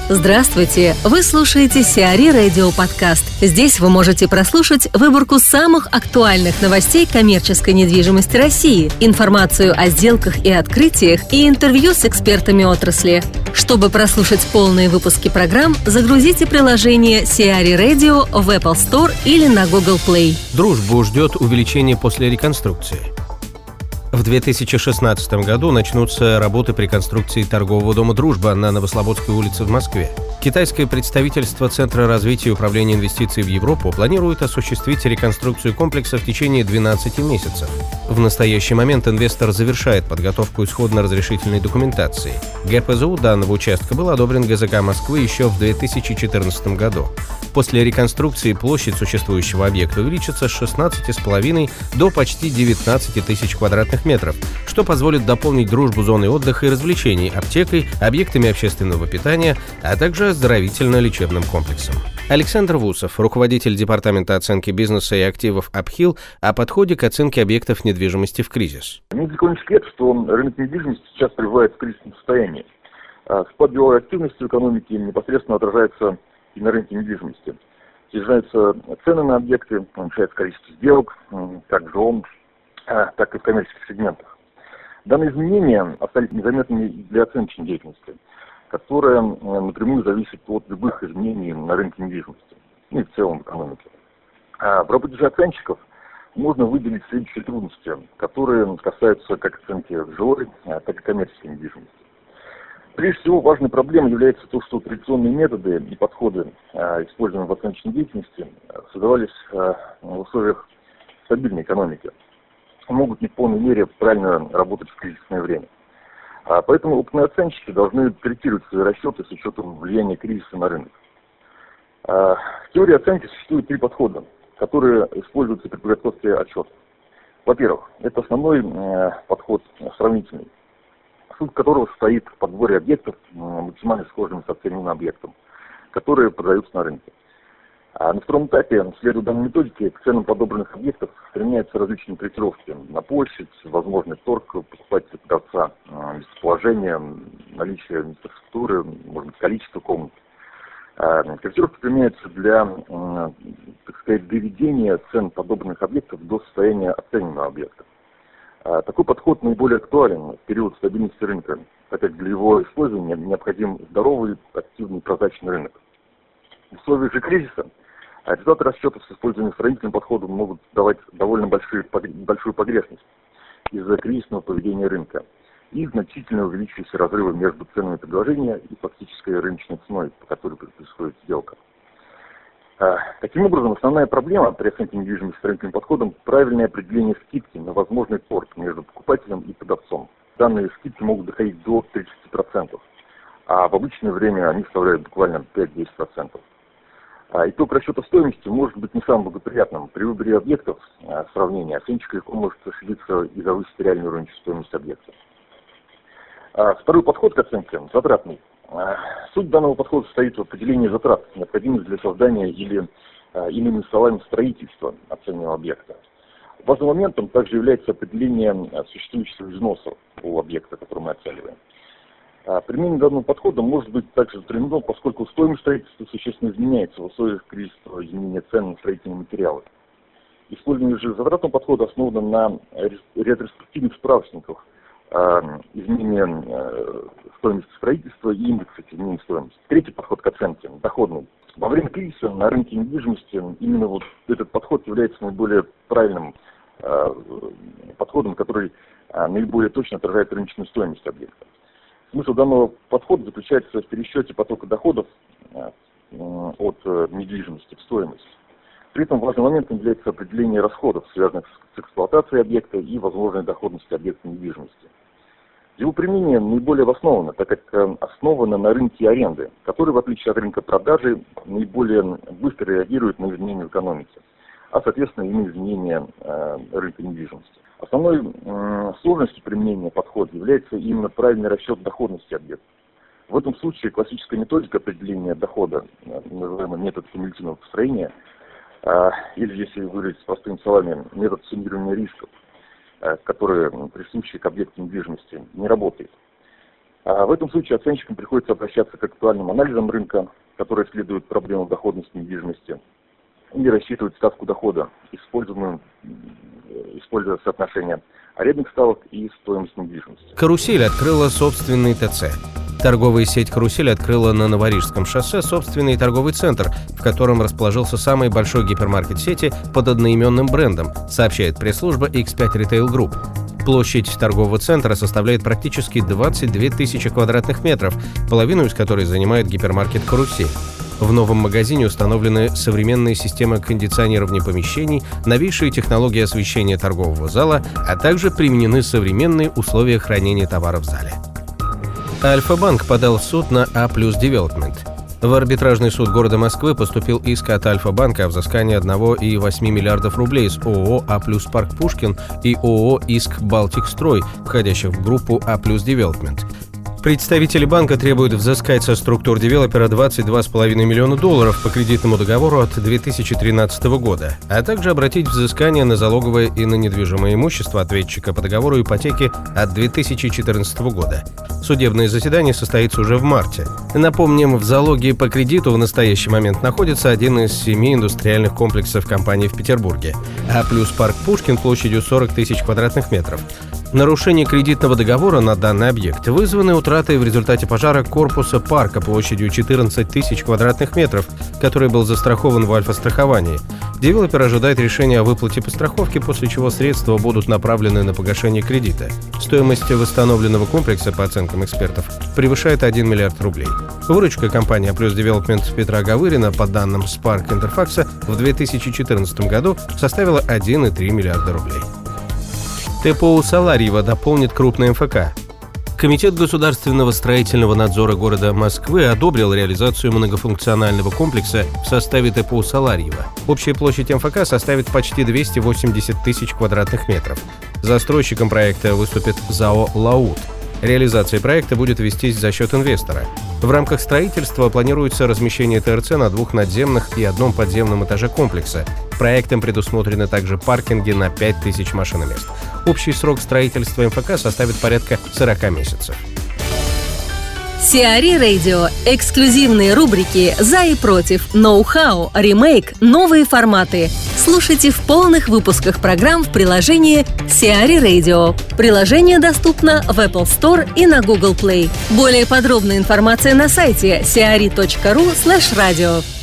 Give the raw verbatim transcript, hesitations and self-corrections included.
Здравствуйте! Вы слушаете Сиари Радио Подкаст. Здесь вы можете прослушать выборку самых актуальных новостей коммерческой недвижимости России, информацию о сделках и открытиях и интервью с экспертами отрасли. Чтобы прослушать полные выпуски программ, загрузите приложение Сиари Radio в Apple Store или на Google Play. Дружбу ждет увеличение после реконструкции. В две тысячи шестнадцатом году начнутся работы при конструкции торгового дома «Дружба» на Новослободской улице в Москве. Китайское представительство Центра развития и управления инвестиций в Европу планирует осуществить реконструкцию комплекса в течение двенадцати месяцев. В настоящий момент инвестор завершает подготовку исходно-разрешительной документации. ГПЗУ данного участка был одобрен ГЗК Москвы еще в две тысячи четырнадцатом году. После реконструкции площадь существующего объекта увеличится с шестнадцати с половиной до почти девятнадцати тысяч квадратных метров, что позволит дополнить «Дружбу» зоной отдыха и развлечений, аптекой, объектами общественного питания, а также оздоровительно-лечебным комплексом. Александр Вусов, руководитель департамента оценки бизнеса и активов «Апхилл», о подходе к оценке объектов недвижимости в кризис. Ни для кого не секрет, что рынок недвижимости сейчас пребывает в кризисном состоянии. Спад деловой активности в экономике непосредственно отражается и на рынке недвижимости. Снижаются цены на объекты, уменьшается количество сделок, как в жилом, так и в коммерческих сегментах. Данные изменения остались незаметными для оценочной деятельности, которая напрямую зависит от любых изменений на рынке недвижимости, ну и в целом в экономике. А в работе же оценщиков можно выделить следующие трудности, которые касаются как оценки жилой, так и коммерческой недвижимости. Прежде всего, важной проблемой является то, что традиционные методы и подходы, используемые в оценочной деятельности, создавались в условиях стабильной экономики, могут не в полной мере правильно работать в кризисное время. Поэтому опытные оценщики должны корректировать свои расчеты с учетом влияния кризиса на рынок. В теории оценки существует три подхода, которые используются при подготовке отчета. Во-первых, это основной подход сравнительный, суть которого состоит в подборе объектов, максимально схожими с оцененным объектом, которые продаются на рынке. А на втором этапе, следуя данной методике, к ценам подобранных объектов применяются различные корректировки на площадь, возможный торг покупателя, продавца, местоположение, наличие инфраструктуры, может быть, количество комнат. Корректировки применяются для, так сказать, доведения цен подобранных объектов до состояния оцененного объекта. Такой подход наиболее актуален в период стабильности рынка, так как для его использования необходим здоровый, активный, прозрачный рынок. В условиях же кризиса результаты расчетов с использованием сравнительным подходом могут давать довольно большие, большую погрешность из-за кризисного поведения рынка и значительно увеличившиеся разрывы между ценами предложения и фактической рыночной ценой, по которой происходит сделка. Таким образом, основная проблема при оценке недвижимости с рыночным подходом – правильное определение скидки на возможный торг между покупателем и продавцом. Данные скидки могут доходить до тридцати процентов, а в обычное время они составляют буквально пять-десять процентов. Итог расчета стоимости может быть не самым благоприятным. При выборе объектов сравнения оценщик легко может ошибиться и завысить реальную рыночную стоимость объекта. Второй подход к оценке – затратный. Суть данного подхода состоит в определении затрат, необходимых для создания или, иными словами, строительства оцененного объекта. Важным моментом также является определение существующего износа у объекта, который мы оцениваем. Применение данного подхода может быть также затруднено, поскольку стоимость строительства существенно изменяется в условиях кризисного изменения цен на строительные материалы. Использование же затратного подхода основано на ретроспективных справочниках изменения стоимости строительства и индекса изменения стоимости. Третий подход к оценке – доходный. Во время кризиса на рынке недвижимости именно вот этот подход является наиболее правильным подходом, который наиболее точно отражает рыночную стоимость объекта. Смысл данного подхода заключается в пересчете потока доходов от недвижимости в стоимость. При этом важным моментом является определение расходов, связанных с эксплуатацией объекта и возможной доходности объекта недвижимости. Его применение наиболее обосновано, так как основано на рынке аренды, который, в отличие от рынка продажи, наиболее быстро реагирует на изменения в экономике, а, соответственно, и на изменения рынка недвижимости. Основной э, сложностью применения подхода является именно правильный расчет доходности объекта. В этом случае классическая методика определения дохода, называемый метод кумулятивного построения, э, или, если говорить простыми словами, метод суммирования рисков, э, которые присущи к объекту недвижимости, не работает. В этом случае оценщикам приходится обращаться к актуальным анализам рынка, которые исследуют проблему доходности недвижимости, и рассчитывать ставку дохода, используемую, используя соотношение арендных ставок и стоимость недвижимости. «Карусель» открыла собственный ТЦ. Торговая сеть «Карусель» открыла на Новорижском шоссе собственный торговый центр, в котором расположился самый большой гипермаркет сети под одноименным брендом, сообщает пресс-служба икс пять Retail Group. Площадь торгового центра составляет практически двадцать две тысячи квадратных метров, половину из которой занимает гипермаркет «Карусель». В новом магазине установлены современные системы кондиционирования помещений, новейшие технологии освещения торгового зала, а также применены современные условия хранения товара в зале. Альфа-банк подал в суд на А плюс Девелопмент. В арбитражный суд города Москвы поступил иск от Альфа-банка о взыскании одного целых восемь десятых миллиардов рублей с ООО «А плюс Парк Пушкин» и ООО «Иск Балтик-Строй», входящих в группу А плюс Девелопмент. Представители банка требуют взыскать со структур девелопера двадцать два целых пять десятых миллиона долларов по кредитному договору от две тысячи тринадцатого года, а также обратить взыскание на залоговое и на недвижимое имущество ответчика по договору ипотеки от две тысячи четырнадцатого года. Судебное заседание состоится уже в марте. Напомним, в залоге по кредиту в настоящий момент находится один из семи индустриальных комплексов компании в Петербурге, А плюс Парк Пушкин площадью сорок тысяч квадратных метров. Нарушение кредитного договора на данный объект вызваны утратой в результате пожара корпуса парка площадью четырнадцать тысяч квадратных метров, который был застрахован в Альфа-страховании. Девелопер ожидает решения о выплате по страховке, после чего средства будут направлены на погашение кредита. Стоимость восстановленного комплекса, по оценкам экспертов, превышает один миллиард рублей. Выручка компании «А плюс Девелопмент» Петра Гавырина, по данным Spark Interfax, в две тысячи четырнадцатом году составила один целых три десятых миллиарда рублей. ТПУ Саларьево дополнит крупный эм эф ка. Комитет государственного строительного надзора города Москвы одобрил реализацию многофункционального комплекса в составе ТПУ Саларьево. Общая площадь эм эф ка составит почти двести восемьдесят тысяч квадратных метров. Застройщиком проекта выступит ЗАО «Лауд». Реализация проекта будет вестись за счет инвестора. В рамках строительства планируется размещение ТРЦ на двух надземных и одном подземном этаже комплекса. Проектом предусмотрены также паркинги на пять тысяч машиномест. Общий срок строительства эм эф ка составит порядка сорок месяцев. Сиари Radio. Эксклюзивные рубрики «За и против», «Ноу-хау», «Ремейк», «Новые форматы». Слушайте в полных выпусках программ в приложении Сиари Radio. Приложение доступно в Apple Store и на Google Play. Более подробная информация на сайте сиари точка ру слэш радио.